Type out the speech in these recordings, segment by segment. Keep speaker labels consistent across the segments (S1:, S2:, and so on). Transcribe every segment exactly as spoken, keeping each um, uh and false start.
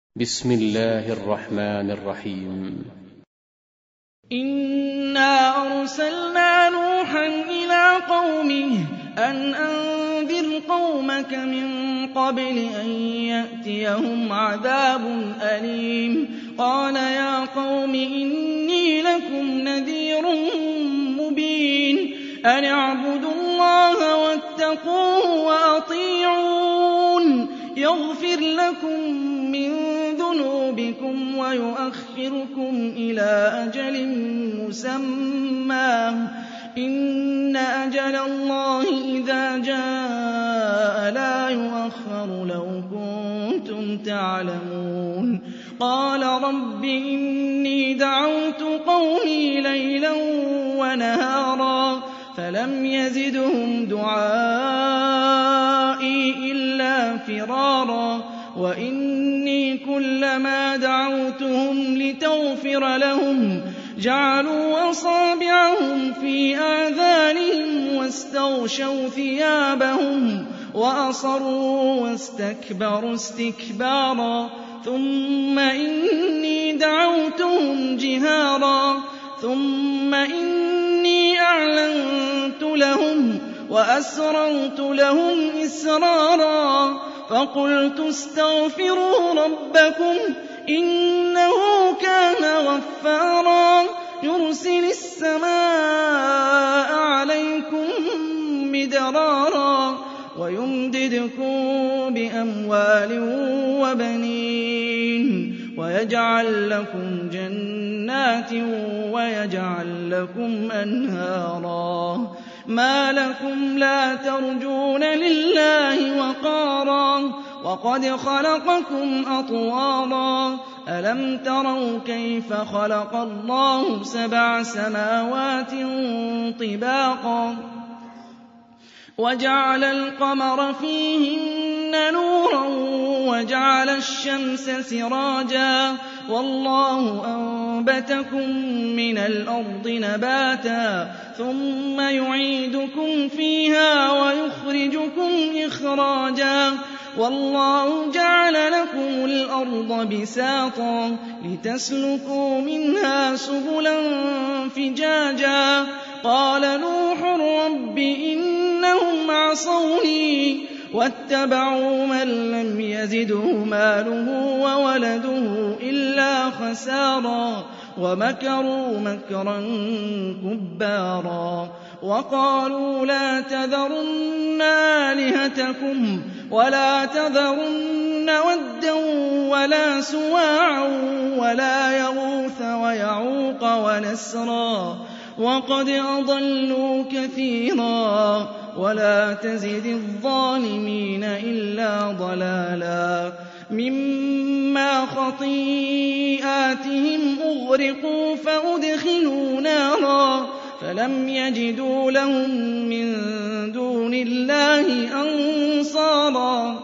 S1: بسم الله الرحمن الرحيم.
S2: إنا أرسلنا نوحا إلى قومه أن أنذر قومك من قبل أن يأتيهم عذاب أليم قال يا قوم إني لكم نذير مبين أن اعبدوا الله واتقوه وأطيعون يغفر لكم من ذنوبكم ويؤخركم إلى أجل مسمى إن أجل الله إذا جاء لا يؤخر لو كنتم تعلمون قال رب إني دعوت قومي ليلا ونهارا فلم يزدهم دعائي إلا فرارا وإني كلما دعوتهم لتغفر لهم جعلوا أصابعهم في آذانهم واستغشوا ثيابهم وأصروا واستكبروا استكبارا ثم إني دعوتهم جهارا ثم إني أعلنت لهم وأسررت لهم إسرارا فقلت استغفروا ربكم إنه كان غفارا يرسل السماء عليكم مدرارا ويمددكم بأموال وبنين ويجعل لكم جنات ويجعل لكم أنهارا ما لكم لا ترجون لله وقارا وقد خلقكم أطوارا ألم تروا كيف خلق الله سبع سماوات طباقا وجعل القمر فيهن نورا وجعل الشمس سراجا والله أنبتكم من الأرض نباتا ثم يعيدكم فيها ويخرجكم إخراجا والله جعل لكم الأرض بساطا لتسلكوا منها سبلا فجاجا قال نوح رب إنهم عصوني واتبعوا من لم يزده ماله وولده إلا خسارا ومكروا مكرا كبارا وقالوا لا تذرن آلهتكم ولا تذرن ودا ولا سواعا ولا يغوث ويعوق ونسرا وقد أضلوا كثيرا ولا تزد الظالمين إلا ضلالا مما خطيئاتهم أغرقوا فأدخلوا نارا فلم يجدوا لهم من دون الله أنصارا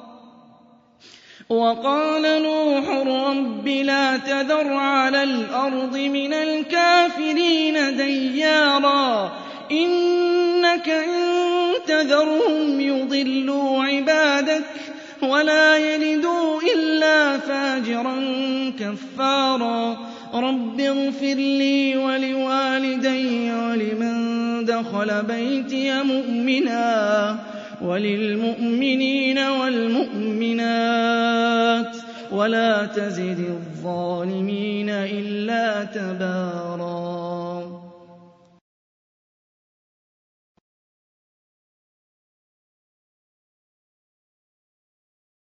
S2: وقال نوح رب لا تذر على الأرض من الكافرين ديارا إنك إن تذرهم يضلوا عبادك ولا يلدوا إلا فاجرا كفارا رب اغفر لي ولوالدي ولمن دخل بيتي مؤمنا وللمؤمنين والمؤمنات ولا تزد الظالمين إلا تبارا